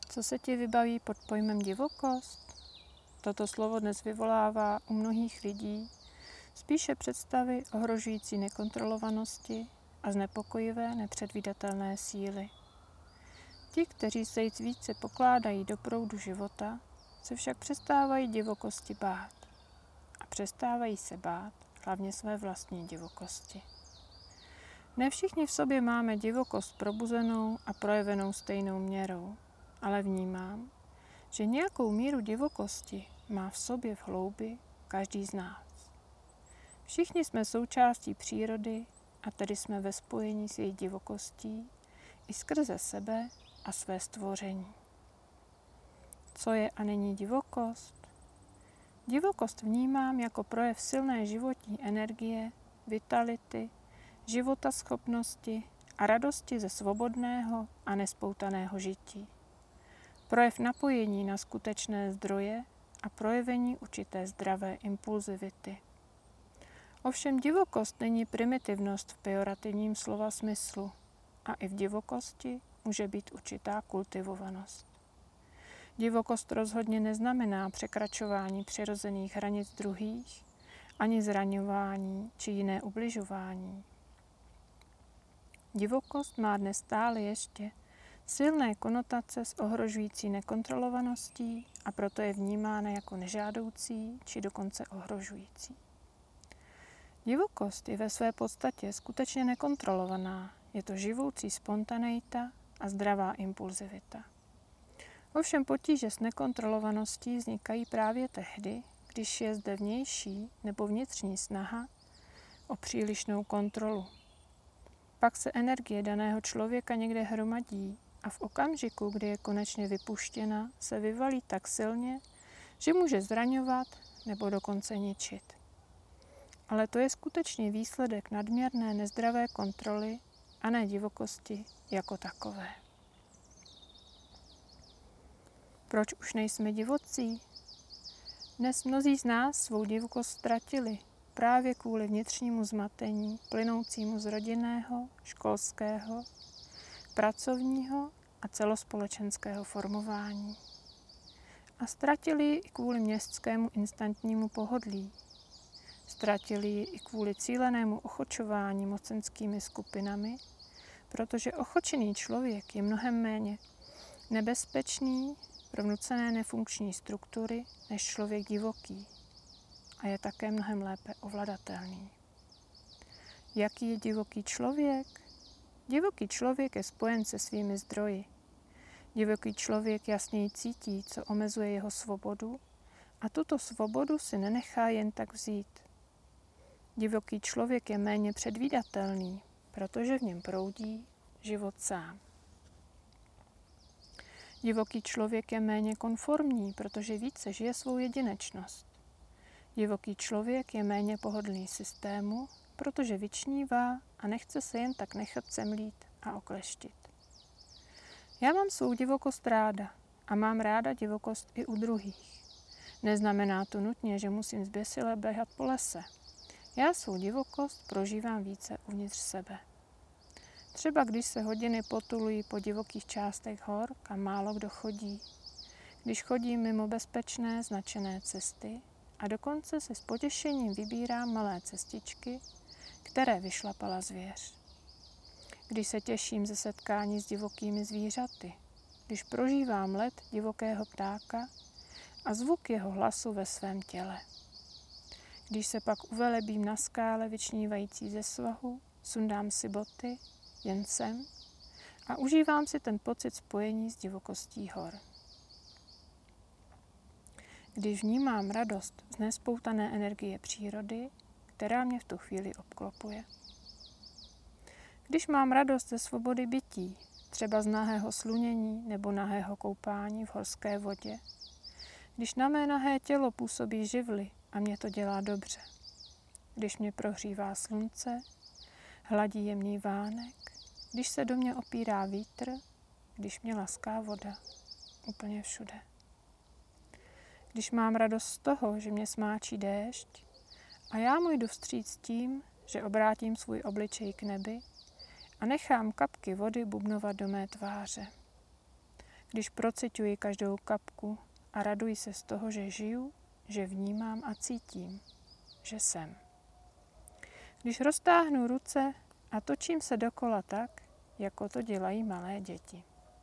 Co se ti vybaví pod pojmem divokost? Toto slovo dnes vyvolává u mnohých lidí spíše představy ohrožující nekontrolovanosti a znepokojivé nepředvídatelné síly. Ti, kteří se více pokládají do proudu života, se však přestávají divokosti bát. A přestávají se bát hlavně své vlastní divokosti. Ne všichni v sobě máme divokost probuzenou a projevenou stejnou měrou, ale vnímám, že nějakou míru divokosti má v sobě v hloubi každý z nás. Všichni jsme součástí přírody a tedy jsme ve spojení s její divokostí i skrze sebe a své stvoření. Co je a není divokost? Divokost vnímám jako projev silné životní energie, vitality, životaschopnosti a radosti ze svobodného a nespoutaného žití. Projev napojení na skutečné zdroje a projevení určité zdravé impulzivity. Ovšem divokost není primitivnost v pejorativním slova smyslu a i v divokosti může být určitá kultivovanost. Divokost rozhodně neznamená překračování přirozených hranic druhých, ani zraňování či jiné ubližování. Divokost má dnes stále ještě silné konotace s ohrožující nekontrolovaností a proto je vnímána jako nežádoucí či dokonce ohrožující. Divokost je ve své podstatě skutečně nekontrolovaná, je to živoucí spontaneita a zdravá impulzivita. Ovšem potíže s nekontrolovaností vznikají právě tehdy, když je zde vnější nebo vnitřní snaha o přílišnou kontrolu. Pak se energie daného člověka někde hromadí a v okamžiku, kdy je konečně vypuštěna, se vyvalí tak silně, že může zraňovat nebo dokonce ničit. Ale to je skutečně výsledek nadměrné nezdravé kontroly a ne divokosti jako takové. Proč už nejsme divocí? Dnes mnozí z nás svou divokost ztratili právě kvůli vnitřnímu zmatení, plynoucímu z rodinného, školského, pracovního a celospolečenského formování. A ztratili ji i kvůli městskému instantnímu pohodlí. Ztratili ji i kvůli cílenému ochočování mocenskými skupinami, protože ochočený člověk je mnohem méně nebezpečný pro vnucené nefunkční struktury než člověk divoký a je také mnohem lépe ovladatelný. Jaký je divoký člověk? Divoký člověk je spojen se svými zdroji. Divoký člověk jasněji cítí, co omezuje jeho svobodu a tuto svobodu si nenechá jen tak vzít. Divoký člověk je méně předvídatelný, protože v něm proudí život sám. Divoký člověk je méně konformní, protože více žije svou jedinečnost. Divoký člověk je méně pohodlný systému, protože vyčnívá a nechce se jen tak nechat semlít a okleštit. Já mám svou divokost ráda a mám ráda divokost i u druhých. Neznamená to nutně, že musím zběsile běhat po lese. Já svou divokost prožívám více uvnitř sebe. Třeba když se hodiny potulují po divokých částech hor, kam málo kdo chodí. Když chodím mimo bezpečné značené cesty a dokonce si s potěšením vybírám malé cestičky, které vyšlapala zvěř. Když se těším ze setkání s divokými zvířaty, když prožívám let divokého ptáka a zvuk jeho hlasu ve svém těle. Když se pak uvelebím na skále vyčnívající ze svahu, sundám si boty, jen jsem, a užívám si ten pocit spojení s divokostí hor. Když vnímám radost z nespoutané energie přírody, která mě v tu chvíli obklopuje. Když mám radost ze svobody bytí, třeba z nahého slunění nebo nahého koupání v horské vodě, když na mé nahé tělo působí živly a mě to dělá dobře, když mě prohřívá slunce, hladí jemný vánek, když se do mě opírá vítr, když mě laská voda, úplně všude. Když mám radost z toho, že mě smáčí déšť a já mu jdu vstříc tím, že obrátím svůj obličej k nebi a nechám kapky vody bubnovat do mé tváře. když procituji každou kapku a raduji se z toho, že žiju, že vnímám a cítím, že jsem. Když roztáhnu ruce a točím se dokola tak, jako to dělají malé děti.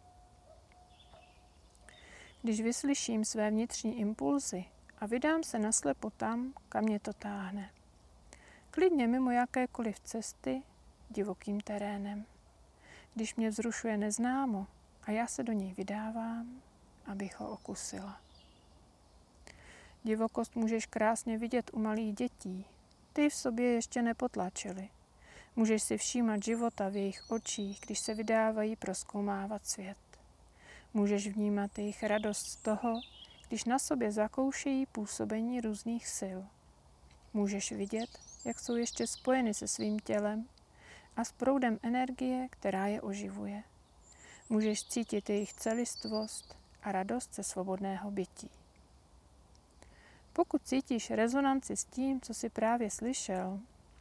Když vyslyším své vnitřní impulzy a vydám se naslepo tam, kam mě to táhne. Klidně mimo jakékoliv cesty, divokým terénem. Když mě vzrušuje neznámo a já se do něj vydávám, abych ho okusila. Divokost můžeš krásně vidět u malých dětí. Ty v sobě ještě nepotlačili. Můžeš si všímat života v jejich očích, když se vydávají prozkoumávat svět. Můžeš vnímat jejich radost z toho, když na sobě zakoušejí působení různých sil. Můžeš vidět, jak jsou ještě spojeny se svým tělem a s proudem energie, která je oživuje. Můžeš cítit jejich celistvost a radost ze svobodného bytí. Pokud cítíš rezonanci s tím, co jsi právě slyšel,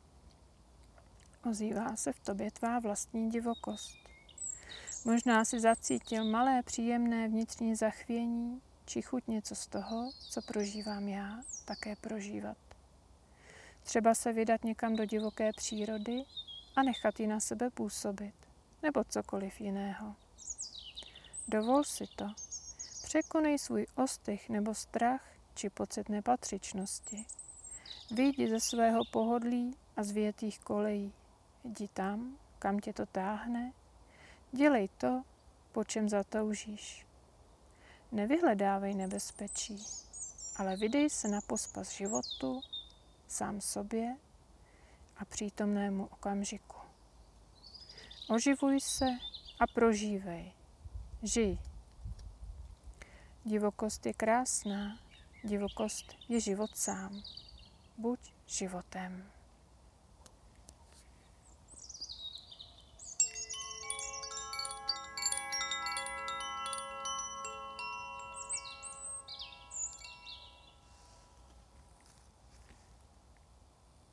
ozývá se v tobě tvá vlastní divokost. Možná si zacítil malé příjemné vnitřní zachvění či chuť něco z toho, co prožívám já, také prožívat. Třeba se vydat někam do divoké přírody a nechat ji na sebe působit, nebo cokoliv jiného. Dovol si to. Překonej svůj ostych nebo strach či pocit nepatřičnosti. Vyjdi ze svého pohodlí a z vyjetých kolejí. Jdi tam, kam tě to táhne. Dělej to, po čem zatoužíš. Nevyhledávej nebezpečí, ale vydej se na pospas životu, sám sobě a přítomnému okamžiku. Oživuj se a prožívej. Žij. Divokost je krásná, divokost je život sám. Buď životem.